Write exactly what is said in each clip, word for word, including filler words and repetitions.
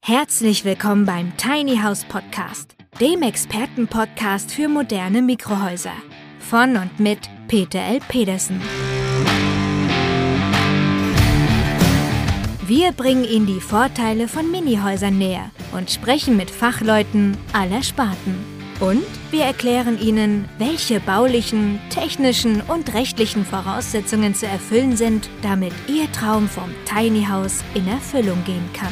Herzlich willkommen beim Tiny House Podcast, dem Expertenpodcast für moderne Mikrohäuser. Von und mit Peter L. Pedersen. Wir bringen Ihnen die Vorteile von Minihäusern näher und sprechen mit Fachleuten aller Sparten. Und wir erklären Ihnen, welche baulichen, technischen und rechtlichen Voraussetzungen zu erfüllen sind, damit Ihr Traum vom Tiny House in Erfüllung gehen kann.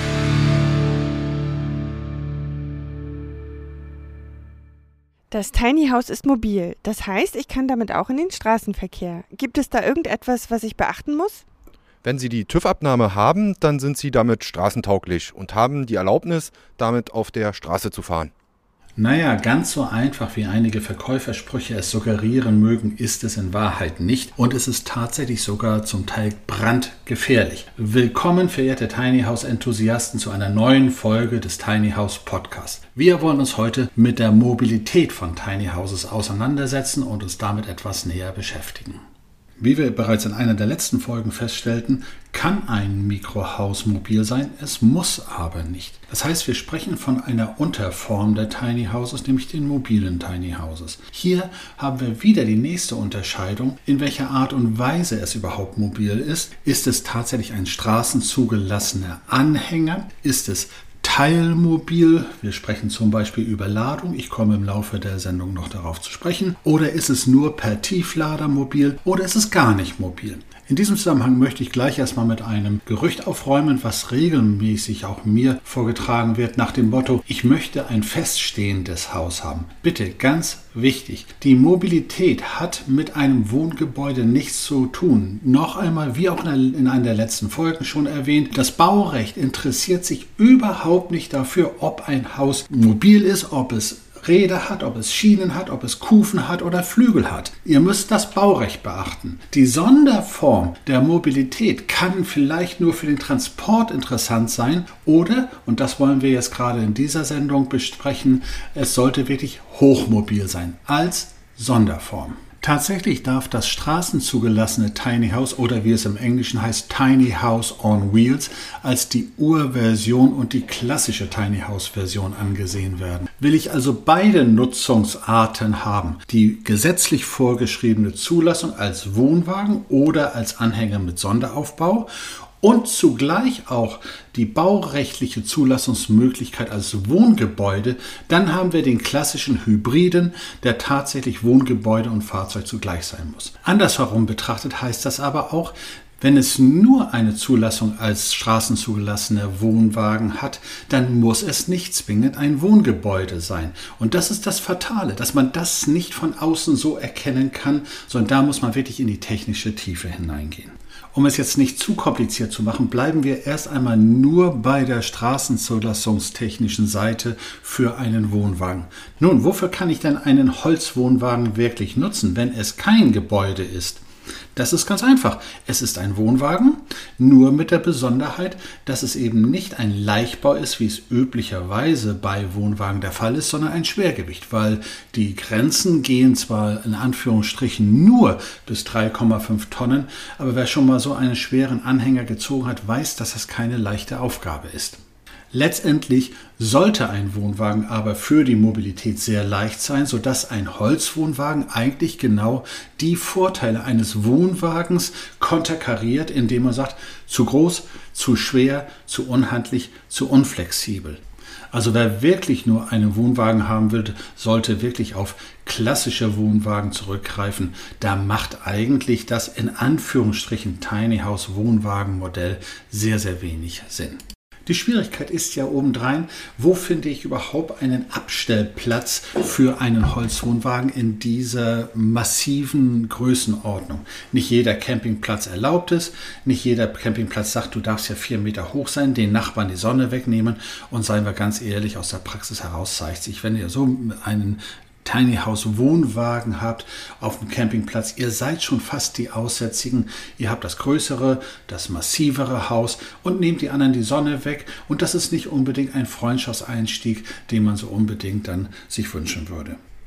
Das Tiny House ist mobil, das heißt, ich kann damit auch in den Straßenverkehr. Gibt es da irgendetwas, was ich beachten muss? Wenn Sie die TÜV-Abnahme haben, dann sind Sie damit straßentauglich und haben die Erlaubnis, damit auf der Straße zu fahren. Naja, ganz so einfach wie einige Verkäufersprüche es suggerieren mögen, ist es in Wahrheit nicht. Und es ist tatsächlich sogar zum Teil brandgefährlich. Willkommen, verehrte Tiny House-Enthusiasten, zu einer neuen Folge des Tiny House Podcasts. Wir wollen uns heute mit der Mobilität von Tiny Houses auseinandersetzen und uns damit etwas näher beschäftigen. Wie wir bereits in einer der letzten Folgen feststellten, kann ein Mikrohaus mobil sein, es muss aber nicht. Das heißt, wir sprechen von einer Unterform der Tiny Houses, nämlich den mobilen Tiny Houses. Hier haben wir wieder die nächste Unterscheidung, in welcher Art und Weise es überhaupt mobil ist. Ist es tatsächlich ein straßenzugelassener Anhänger? Ist es Teilmobil, wir sprechen zum Beispiel über Ladung, ich komme im Laufe der Sendung noch darauf zu sprechen, oder ist es nur per Tieflader mobil oder ist es gar nicht mobil? In diesem Zusammenhang möchte ich gleich erstmal mit einem Gerücht aufräumen, was regelmäßig auch mir vorgetragen wird, nach dem Motto, ich möchte ein feststehendes Haus haben. Bitte, ganz wichtig, die Mobilität hat mit einem Wohngebäude nichts zu tun. Noch einmal, wie auch in einer der letzten Folgen schon erwähnt, das Baurecht interessiert sich überhaupt nicht dafür, ob ein Haus mobil ist, ob es Räder hat, ob es Schienen hat, ob es Kufen hat oder Flügel hat. Ihr müsst das Baurecht beachten. Die Sonderform der Mobilität kann vielleicht nur für den Transport interessant sein oder, und das wollen wir jetzt gerade in dieser Sendung besprechen, es sollte wirklich hochmobil sein, als Sonderform. Tatsächlich darf das straßenzugelassene Tiny House oder wie es im Englischen heißt Tiny House on Wheels als die Urversion und die klassische Tiny House Version angesehen werden. Will ich also beide Nutzungsarten haben, die gesetzlich vorgeschriebene Zulassung als Wohnwagen oder als Anhänger mit Sonderaufbau und zugleich auch die baurechtliche Zulassungsmöglichkeit als Wohngebäude, dann haben wir den klassischen Hybriden, der tatsächlich Wohngebäude und Fahrzeug zugleich sein muss. Andersherum betrachtet heißt das aber auch, wenn es nur eine Zulassung als straßenzugelassener Wohnwagen hat, dann muss es nicht zwingend ein Wohngebäude sein. Und das ist das Fatale, dass man das nicht von außen so erkennen kann, sondern da muss man wirklich in die technische Tiefe hineingehen. Um es jetzt nicht zu kompliziert zu machen, bleiben wir erst einmal nur bei der straßenzulassungstechnischen Seite für einen Wohnwagen. Nun, wofür kann ich denn einen Holzwohnwagen wirklich nutzen, wenn es kein Gebäude ist? Das ist ganz einfach. Es ist ein Wohnwagen, nur mit der Besonderheit, dass es eben nicht ein Leichtbau ist, wie es üblicherweise bei Wohnwagen der Fall ist, sondern ein Schwergewicht, weil die Grenzen gehen zwar in Anführungsstrichen nur bis drei Komma fünf Tonnen, aber wer schon mal so einen schweren Anhänger gezogen hat, weiß, dass das keine leichte Aufgabe ist. Letztendlich sollte ein Wohnwagen aber für die Mobilität sehr leicht sein, sodass ein Holzwohnwagen eigentlich genau die Vorteile eines Wohnwagens konterkariert, indem man sagt, zu groß, zu schwer, zu unhandlich, zu unflexibel. Also wer wirklich nur einen Wohnwagen haben will, sollte wirklich auf klassische Wohnwagen zurückgreifen. Da macht eigentlich das in Anführungsstrichen Tiny House Wohnwagenmodell sehr, sehr wenig Sinn. Die Schwierigkeit ist ja obendrein, wo finde ich überhaupt einen Abstellplatz für einen Holzwohnwagen in dieser massiven Größenordnung. Nicht jeder Campingplatz erlaubt es, nicht jeder Campingplatz sagt, du darfst ja vier Meter hoch sein, den Nachbarn die Sonne wegnehmen und seien wir ganz ehrlich, aus der Praxis heraus zeigt sich, wenn ihr so einen Tiny House Wohnwagen habt auf dem Campingplatz, ihr seid schon fast die Aussätzigen, ihr habt das größere, das massivere Haus und nehmt die anderen die Sonne weg und das ist nicht unbedingt ein Freundschaftseinstieg, den man so unbedingt dann sich wünschen würde.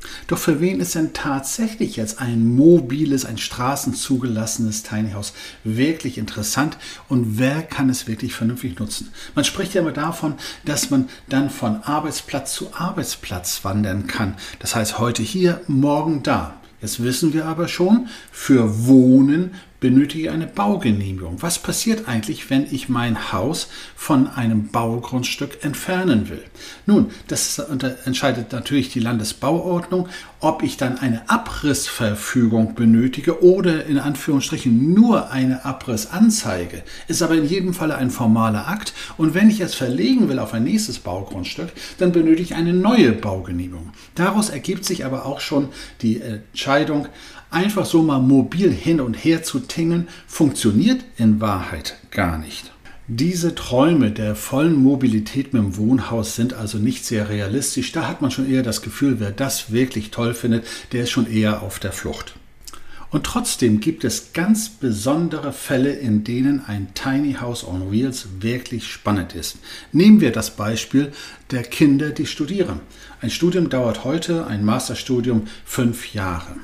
Doch für wen ist denn tatsächlich jetzt ein mobiles, ein straßenzugelassenes Tiny House wirklich interessant und wer kann es wirklich vernünftig nutzen? Man spricht ja immer davon, dass man dann von Arbeitsplatz zu Arbeitsplatz wandern kann. Das heißt, heute hier, morgen da. Jetzt wissen wir aber schon, für Wohnen benötige ich eine Baugenehmigung. Was passiert eigentlich, wenn ich mein Haus von einem Baugrundstück entfernen will? Nun, das entscheidet natürlich die Landesbauordnung, ob ich dann eine Abrissverfügung benötige oder in Anführungsstrichen nur eine Abrissanzeige. Ist aber in jedem Falle ein formaler Akt und wenn ich es verlegen will auf ein nächstes Baugrundstück, dann benötige ich eine neue Baugenehmigung. Daraus ergibt sich aber auch schon die Entscheidung, einfach so mal mobil hin und her zu tingeln, funktioniert in Wahrheit gar nicht. Diese Träume der vollen Mobilität mit dem Wohnhaus sind also nicht sehr realistisch. Da hat man schon eher das Gefühl, wer das wirklich toll findet, der ist schon eher auf der Flucht. Und trotzdem gibt es ganz besondere Fälle, in denen ein Tiny House on Wheels wirklich spannend ist. Nehmen wir das Beispiel der Kinder, die studieren. Ein Studium dauert heute, ein Masterstudium, fünf Jahre.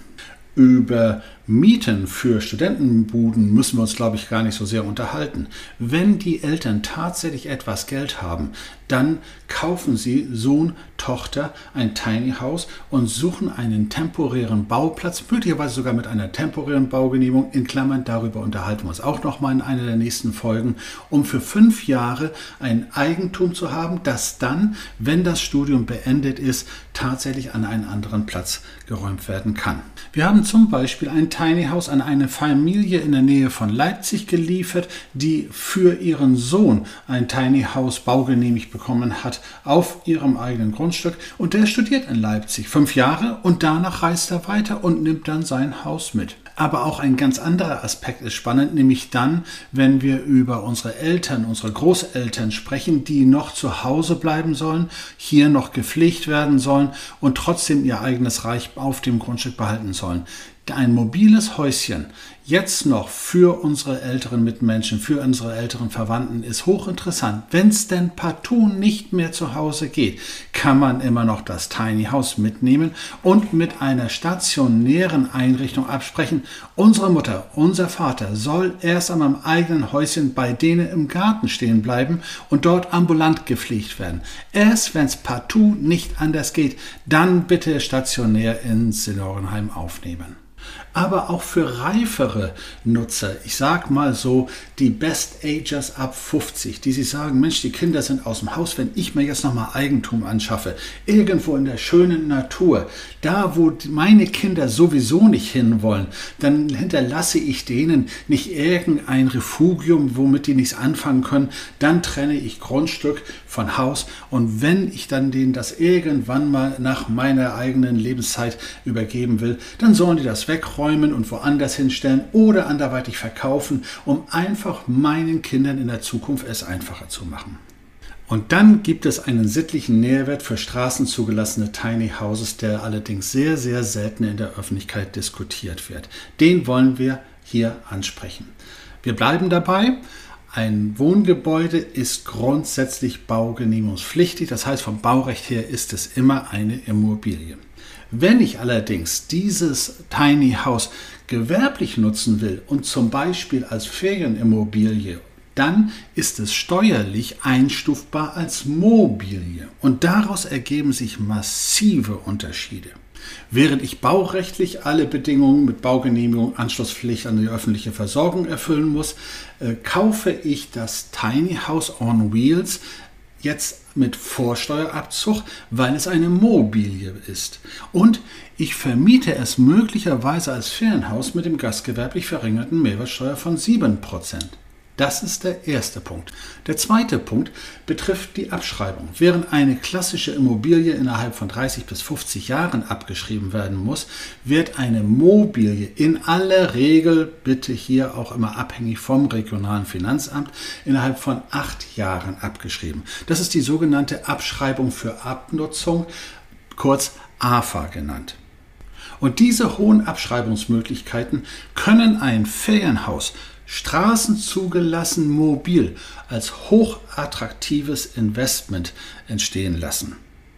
Über Mieten für Studentenbuden müssen wir uns, glaube ich, gar nicht so sehr unterhalten. Wenn die Eltern tatsächlich etwas Geld haben, dann kaufen sie Sohn, Tochter ein Tiny House und suchen einen temporären Bauplatz, möglicherweise sogar mit einer temporären Baugenehmigung, in Klammern, darüber unterhalten wir uns auch nochmal in einer der nächsten Folgen, um für fünf Jahre ein Eigentum zu haben, das dann, wenn das Studium beendet ist, tatsächlich an einen anderen Platz geräumt werden kann. Wir haben zum Beispiel ein Tiny House an eine Familie in der Nähe von Leipzig geliefert, die für ihren Sohn ein Tiny House baugenehmigt bekommen hat auf ihrem eigenen Grundstück und der studiert in Leipzig fünf Jahre und danach reist er weiter und nimmt dann sein Haus mit. Aber auch ein ganz anderer Aspekt ist spannend, nämlich dann, wenn wir über unsere Eltern, unsere Großeltern sprechen, die noch zu Hause bleiben sollen, hier noch gepflegt werden sollen und trotzdem ihr eigenes Reich auf dem Grundstück behalten sollen. Ein mobiles Häuschen jetzt noch für unsere älteren Mitmenschen, für unsere älteren Verwandten ist hochinteressant. Wenn es denn partout nicht mehr zu Hause geht, kann man immer noch das Tiny House mitnehmen und mit einer stationären Einrichtung absprechen. Unsere Mutter, unser Vater soll erst an meinem eigenen Häuschen bei denen im Garten stehen bleiben und dort ambulant gepflegt werden. Erst wenn es partout nicht anders geht, dann bitte stationär ins Seniorenheim aufnehmen. Aber auch für reifere Nutzer, ich sag mal so, die Best Agers ab fünfzig, die sich sagen, Mensch, die Kinder sind aus dem Haus, wenn ich mir jetzt nochmal Eigentum anschaffe, irgendwo in der schönen Natur, da wo meine Kinder sowieso nicht hinwollen, dann hinterlasse ich denen nicht irgendein Refugium, womit die nichts anfangen können, dann trenne ich Grundstück von Haus und wenn ich dann denen das irgendwann mal nach meiner eigenen Lebenszeit übergeben will, dann sollen die das wegräumen und woanders hinstellen oder anderweitig verkaufen, um einfach meinen Kindern in der Zukunft es einfacher zu machen. Und dann gibt es einen sittlichen Nährwert für straßenzugelassene Tiny Houses, der allerdings sehr, sehr selten in der Öffentlichkeit diskutiert wird. Den wollen wir hier ansprechen. Wir bleiben dabei. Ein Wohngebäude ist grundsätzlich baugenehmigungspflichtig, das heißt vom Baurecht her ist es immer eine Immobilie. Wenn ich allerdings dieses Tiny House gewerblich nutzen will und zum Beispiel als Ferienimmobilie, dann ist es steuerlich einstufbar als Mobilie und daraus ergeben sich massive Unterschiede. Während ich baurechtlich alle Bedingungen mit Baugenehmigung, Anschlusspflicht an die öffentliche Versorgung erfüllen muss, äh, kaufe ich das Tiny House on Wheels jetzt mit Vorsteuerabzug, weil es eine Mobilie ist. Und ich vermiete es möglicherweise als Ferienhaus mit dem gastgewerblich verringerten Mehrwertsteuer von sieben Prozent. Das ist der erste Punkt. Der zweite Punkt betrifft die Abschreibung. Während eine klassische Immobilie innerhalb von dreißig bis fünfzig Jahren abgeschrieben werden muss, wird eine Mobilie in aller Regel, bitte hier auch immer abhängig vom regionalen Finanzamt, innerhalb von acht Jahren abgeschrieben. Das ist die sogenannte Abschreibung für Abnutzung, kurz A F A genannt. Und diese hohen Abschreibungsmöglichkeiten können ein Ferienhaus straßenzugelassen mobil als hochattraktives Investment entstehen lassen.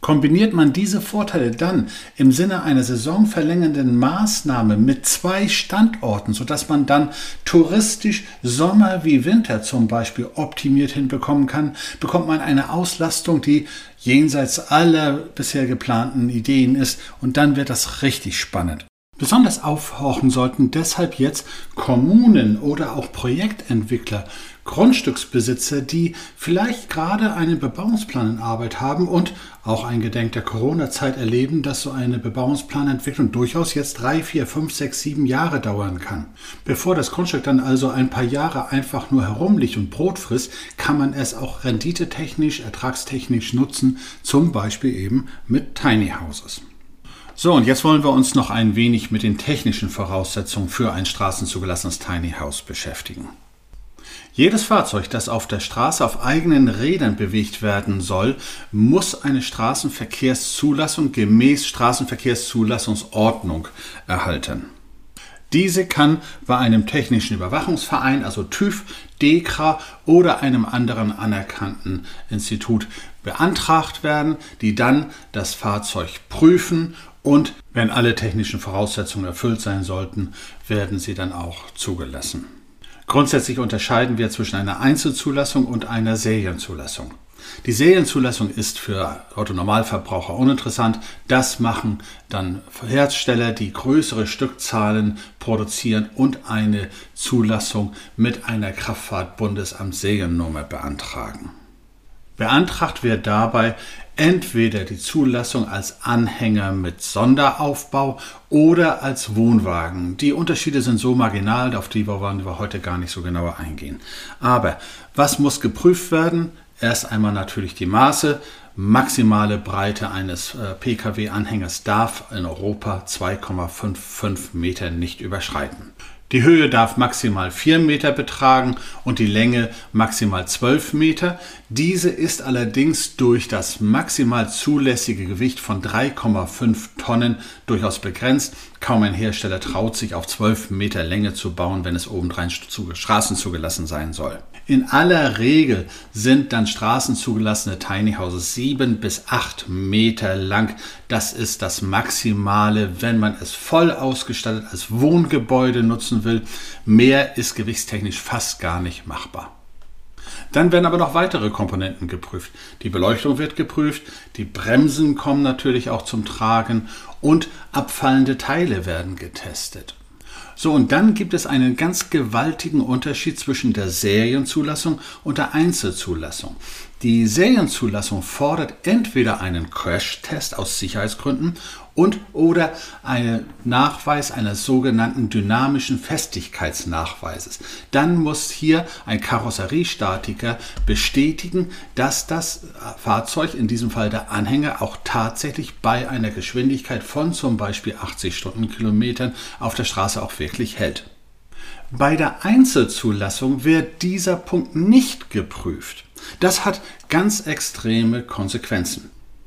Kombiniert man diese Vorteile dann im Sinne einer saisonverlängernden Maßnahme mit zwei Standorten, sodass man dann touristisch Sommer wie Winter zum Beispiel optimiert hinbekommen kann, bekommt man eine Auslastung, die jenseits aller bisher geplanten Ideen ist, und dann wird das richtig spannend. Besonders aufhorchen sollten deshalb jetzt Kommunen oder auch Projektentwickler, Grundstücksbesitzer, die vielleicht gerade einen Bebauungsplan in Arbeit haben und auch eingedenk der Corona-Zeit erleben, dass so eine Bebauungsplanentwicklung durchaus jetzt drei, vier, fünf, sechs, sieben Jahre dauern kann. Bevor das Grundstück dann also ein paar Jahre einfach nur herumliegt und Brot frisst, kann man es auch renditetechnisch, ertragstechnisch nutzen, zum Beispiel eben mit Tiny Houses. So, und jetzt wollen wir uns noch ein wenig mit den technischen Voraussetzungen für ein straßenzugelassenes Tiny House beschäftigen. Jedes Fahrzeug, das auf der Straße auf eigenen Rädern bewegt werden soll, muss eine Straßenverkehrszulassung gemäß Straßenverkehrszulassungsordnung erhalten. Diese kann bei einem technischen Überwachungsverein, also TÜV, DEKRA oder einem anderen anerkannten Institut beantragt werden, die dann das Fahrzeug prüfen, und wenn alle technischen Voraussetzungen erfüllt sein sollten, werden sie dann auch zugelassen. Grundsätzlich unterscheiden wir zwischen einer Einzelzulassung und einer Serienzulassung. Die Serienzulassung ist für Autonormalverbraucher uninteressant. Das machen dann Hersteller, die größere Stückzahlen produzieren und eine Zulassung mit einer Kraftfahrtbundesamt-Seriennummer beantragen. Beantragt wird dabei entweder die Zulassung als Anhänger mit Sonderaufbau oder als Wohnwagen. Die Unterschiede sind so marginal, auf die wollen wir heute gar nicht so genauer eingehen. Aber was muss geprüft werden? Erst einmal natürlich die Maße. Maximale Breite eines äh, P K W-Anhängers darf in Europa zwei Komma fünfundfünfzig Meter nicht überschreiten. Die Höhe darf maximal vier Meter betragen und die Länge maximal zwölf Meter. Diese ist allerdings durch das maximal zulässige Gewicht von drei Komma fünf Tonnen durchaus begrenzt. Kaum ein Hersteller traut sich auf zwölf Meter Länge zu bauen, wenn es obendrein straßenzugelassen sein soll. In aller Regel sind dann straßenzugelassene Tiny Houses sieben bis acht Meter lang. Das ist das Maximale, wenn man es voll ausgestattet als Wohngebäude nutzen will. Mehr ist gewichtstechnisch fast gar nicht machbar. Dann werden aber noch weitere Komponenten geprüft. Die Beleuchtung wird geprüft, die Bremsen kommen natürlich auch zum Tragen und abfallende Teile werden getestet. So, und dann gibt es einen ganz gewaltigen Unterschied zwischen der Serienzulassung und der Einzelzulassung. Die Serienzulassung fordert entweder einen Crash-Test aus Sicherheitsgründen und oder einen Nachweis eines sogenannten dynamischen Festigkeitsnachweises. Dann muss hier ein Karosseriestatiker bestätigen, dass das Fahrzeug, in diesem Fall der Anhänger, auch tatsächlich bei einer Geschwindigkeit von zum Beispiel achtzig Stundenkilometern auf der Straße auch wirklich hält. Bei der Einzelzulassung wird dieser Punkt nicht geprüft. Das hat ganz extreme Konsequenzen.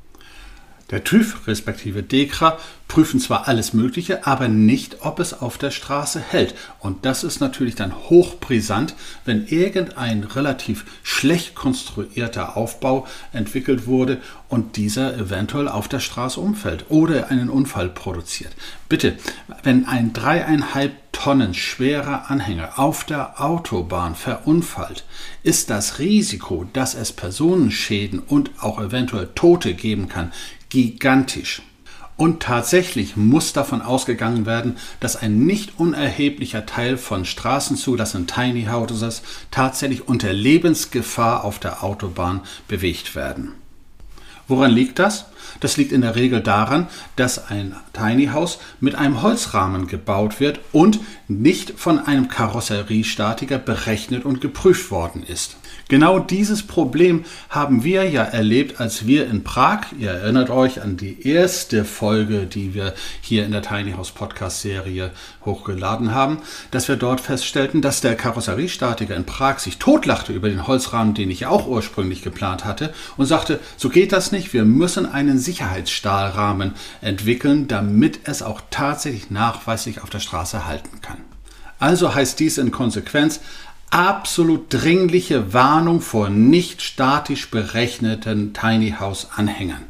Der TÜV respektive DEKRA prüfen zwar alles Mögliche, aber nicht, ob es auf der Straße hält. Und das ist natürlich dann hochbrisant, wenn irgendein relativ schlecht konstruierter Aufbau entwickelt wurde und dieser eventuell auf der Straße umfällt oder einen Unfall produziert. Bitte, wenn ein dreieinhalb Tonnen schwerer Anhänger auf der Autobahn verunfallt, ist das Risiko, dass es Personenschäden und auch eventuell Tote geben kann, gigantisch. Und tatsächlich muss davon ausgegangen werden, dass ein nicht unerheblicher Teil von straßenzugelassenen Tiny Houses tatsächlich unter Lebensgefahr auf der Autobahn bewegt werden. Woran liegt das? Das liegt in der Regel daran, dass ein Tiny House mit einem Holzrahmen gebaut wird und nicht von einem Karosseriestatiker berechnet und geprüft worden ist. Genau dieses Problem haben wir ja erlebt, als wir in Prag, ihr erinnert euch an die erste Folge, die wir hier in der Tiny House Podcast Serie hochgeladen haben, dass wir dort feststellten, dass der Karosseriestatiker in Prag sich totlachte über den Holzrahmen, den ich auch ursprünglich geplant hatte, und sagte, so geht das nicht, wir müssen einen Sicherheitsstahlrahmen entwickeln, damit es auch tatsächlich nachweislich auf der Straße halten kann. Also heißt dies in Konsequenz, absolut dringliche Warnung vor nicht statisch berechneten Tiny House Anhängern.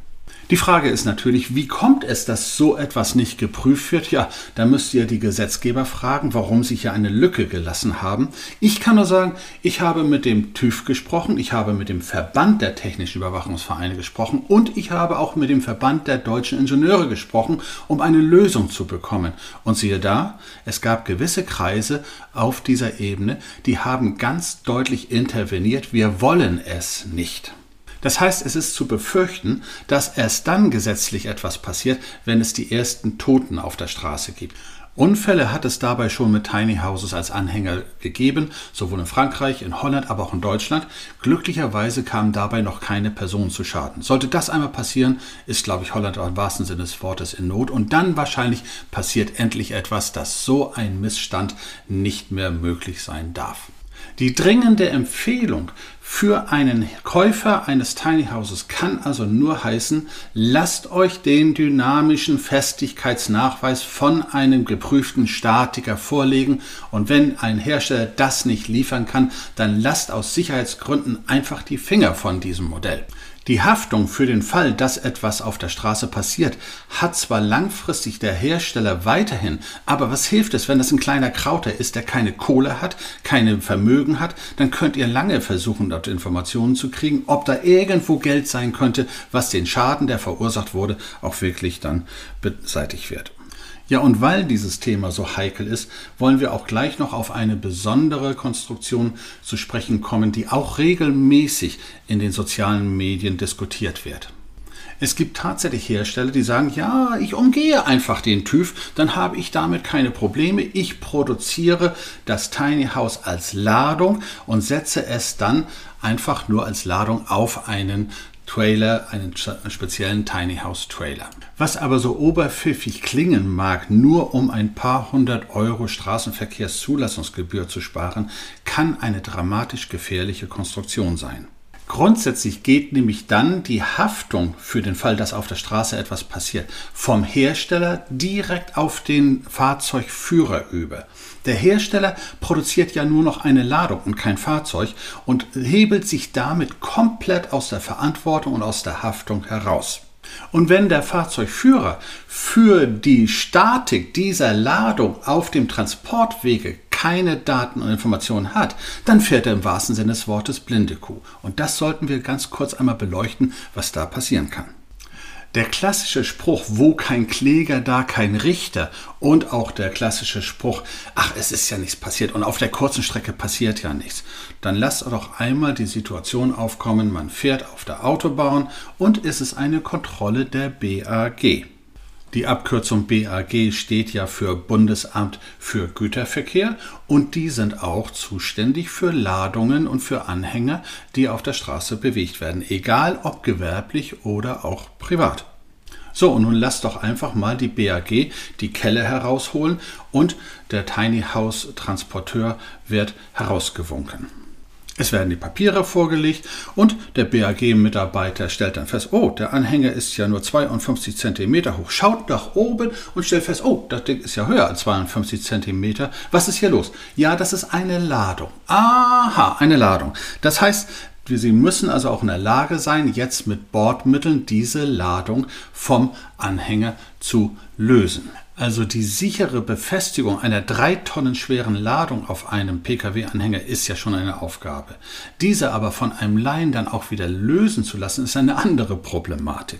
Die Frage ist natürlich, wie kommt es, dass so etwas nicht geprüft wird? Ja, da müsst ihr die Gesetzgeber fragen, warum sie hier eine Lücke gelassen haben. Ich kann nur sagen, ich habe mit dem TÜV gesprochen, ich habe mit dem Verband der Technischen Überwachungsvereine gesprochen und ich habe auch mit dem Verband der Deutschen Ingenieure gesprochen, um eine Lösung zu bekommen. Und siehe da, es gab gewisse Kreise auf dieser Ebene, die haben ganz deutlich interveniert, wir wollen es nicht. Das heißt, es ist zu befürchten, dass erst dann gesetzlich etwas passiert, wenn es die ersten Toten auf der Straße gibt. Unfälle hat es dabei schon mit Tiny Houses als Anhänger gegeben, sowohl in Frankreich, in Holland, aber auch in Deutschland. Glücklicherweise kamen dabei noch keine Personen zu Schaden. Sollte das einmal passieren, ist, glaube ich, Holland auch im wahrsten Sinne des Wortes in Not. Und dann wahrscheinlich passiert endlich etwas, dass so ein Missstand nicht mehr möglich sein darf. Die dringende Empfehlung für einen Käufer eines Tiny Houses kann also nur heißen, lasst euch den dynamischen Festigkeitsnachweis von einem geprüften Statiker vorlegen und wenn ein Hersteller das nicht liefern kann, dann lasst aus Sicherheitsgründen einfach die Finger von diesem Modell. Die Haftung für den Fall, dass etwas auf der Straße passiert, hat zwar langfristig der Hersteller weiterhin, aber was hilft es, wenn das ein kleiner Krauter ist, der keine Kohle hat, keine Vermögen hat, dann könnt ihr lange versuchen, dort Informationen zu kriegen, ob da irgendwo Geld sein könnte, was den Schaden, der verursacht wurde, auch wirklich dann beseitigt wird. Ja, und weil dieses Thema so heikel ist, wollen wir auch gleich noch auf eine besondere Konstruktion zu sprechen kommen, die auch regelmäßig in den sozialen Medien diskutiert wird. Es gibt tatsächlich Hersteller, die sagen, ja, ich umgehe einfach den TÜV, dann habe ich damit keine Probleme. Ich produziere das Tiny House als Ladung und setze es dann einfach nur als Ladung auf einen Trailer, einen speziellen Tiny House Trailer. Was aber so oberpfiffig klingen mag, nur um ein paar hundert Euro Straßenverkehrszulassungsgebühr zu sparen, kann eine dramatisch gefährliche Konstruktion sein. Grundsätzlich geht nämlich dann die Haftung für den Fall, dass auf der Straße etwas passiert, vom Hersteller direkt auf den Fahrzeugführer über. Der Hersteller produziert ja nur noch eine Ladung und kein Fahrzeug und hebelt sich damit komplett aus der Verantwortung und aus der Haftung heraus. Und wenn der Fahrzeugführer für die Statik dieser Ladung auf dem Transportwege keine Daten und Informationen hat, dann fährt er im wahrsten Sinne des Wortes blinde Kuh. Und das sollten wir ganz kurz einmal beleuchten, was da passieren kann. Der klassische Spruch, wo kein Kläger, da kein Richter und auch der klassische Spruch, ach, es ist ja nichts passiert und auf der kurzen Strecke passiert ja nichts. Dann lasst doch einmal die Situation aufkommen, man fährt auf der Autobahn und es ist eine Kontrolle der B A G. Die Abkürzung B A G steht ja für Bundesamt für Güterverkehr und die sind auch zuständig für Ladungen und für Anhänger, die auf der Straße bewegt werden, egal ob gewerblich oder auch privat. So, und nun lasst doch einfach mal die B A G die Kelle herausholen und der Tiny House Transporteur wird herausgewunken. Es werden die Papiere vorgelegt und der B A G-Mitarbeiter stellt dann fest, oh, der Anhänger ist ja nur zweiundfünfzig Zentimeter hoch. Schaut nach oben und stellt fest, oh, das Ding ist ja höher als zweiundfünfzig Zentimeter. Was ist hier los? Ja, das ist eine Ladung. Aha, eine Ladung. Das heißt, Sie müssen also auch in der Lage sein, jetzt mit Bordmitteln diese Ladung vom Anhänger zu lösen. Also die sichere Befestigung einer drei Tonnen schweren Ladung auf einem Pkw-Anhänger ist ja schon eine Aufgabe. Diese aber von einem Laien dann auch wieder lösen zu lassen, ist eine andere Problematik.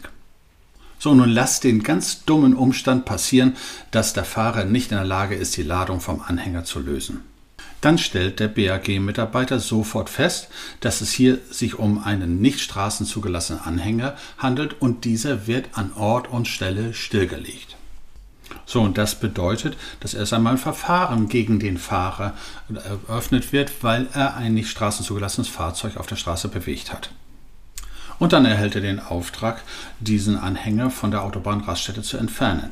So, nun lasst den ganz dummen Umstand passieren, dass der Fahrer nicht in der Lage ist, die Ladung vom Anhänger zu lösen. Dann stellt der B A G-Mitarbeiter sofort fest, dass es hier sich um einen nicht straßenzugelassenen Anhänger handelt und dieser wird an Ort und Stelle stillgelegt. So, und das bedeutet, dass erst einmal ein Verfahren gegen den Fahrer eröffnet wird, weil er ein nicht straßenzugelassenes Fahrzeug auf der Straße bewegt hat. Und dann erhält er den Auftrag, diesen Anhänger von der Autobahnraststätte zu entfernen.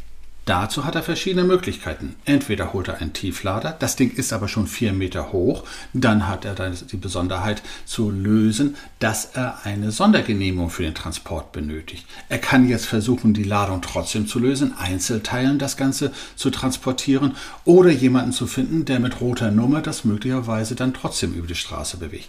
Dazu hat er verschiedene Möglichkeiten. Entweder holt er einen Tieflader, das Ding ist aber schon vier Meter hoch, dann hat er dann die Besonderheit zu lösen, dass er eine Sondergenehmigung für den Transport benötigt. Er kann jetzt versuchen, die Ladung trotzdem zu lösen, Einzelteilen das Ganze zu transportieren oder jemanden zu finden, der mit roter Nummer das möglicherweise dann trotzdem über die Straße bewegt.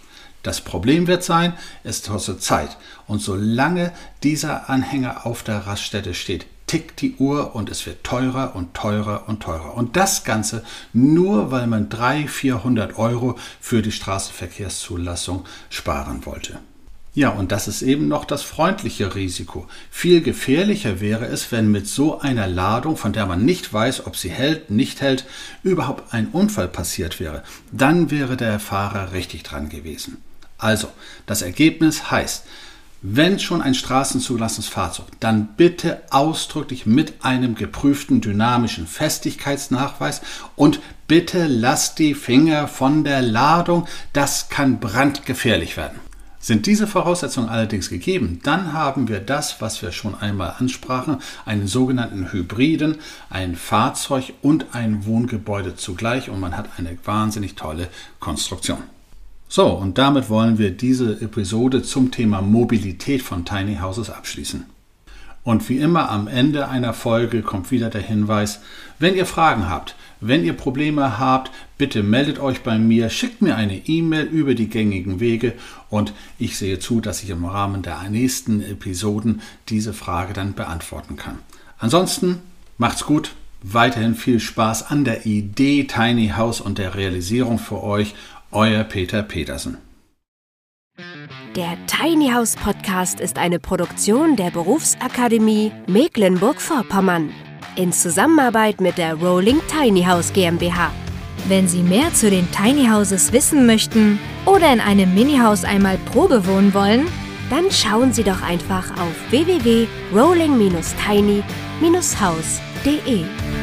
Das Problem wird sein, es kostet Zeit. Und solange dieser Anhänger auf der Raststätte steht, tickt die Uhr und es wird teurer und teurer und teurer. Und das Ganze nur, weil man dreihundert, vierhundert Euro für die Straßenverkehrszulassung sparen wollte. Ja, und das ist eben noch das freundliche Risiko. Viel gefährlicher wäre es, wenn mit so einer Ladung, von der man nicht weiß, ob sie hält, nicht hält, überhaupt ein Unfall passiert wäre. Dann wäre der Fahrer richtig dran gewesen. Also, das Ergebnis heißt, wenn schon ein straßenzugelassenes Fahrzeug, dann bitte ausdrücklich mit einem geprüften dynamischen Festigkeitsnachweis und bitte lasst die Finger von der Ladung, das kann brandgefährlich werden. Sind diese Voraussetzungen allerdings gegeben, dann haben wir das, was wir schon einmal ansprachen, einen sogenannten Hybriden, ein Fahrzeug und ein Wohngebäude zugleich und man hat eine wahnsinnig tolle Konstruktion. So, und damit wollen wir diese Episode zum Thema Mobilität von Tiny Houses abschließen. Und wie immer am Ende einer Folge kommt wieder der Hinweis, wenn ihr Fragen habt, wenn ihr Probleme habt, bitte meldet euch bei mir, schickt mir eine E-Mail über die gängigen Wege und ich sehe zu, dass ich im Rahmen der nächsten Episoden diese Frage dann beantworten kann. Ansonsten macht's gut, weiterhin viel Spaß an der Idee Tiny House und der Realisierung für euch, euer Peter Petersen. Der Tiny House Podcast ist eine Produktion der Berufsakademie Mecklenburg-Vorpommern in Zusammenarbeit mit der Rolling Tiny House GmbH. Wenn Sie mehr zu den Tiny Houses wissen möchten oder in einem Mini-Haus einmal Probe wohnen wollen, dann schauen Sie doch einfach auf w w w punkt rolling Bindestrich tiny Bindestrich house punkt de.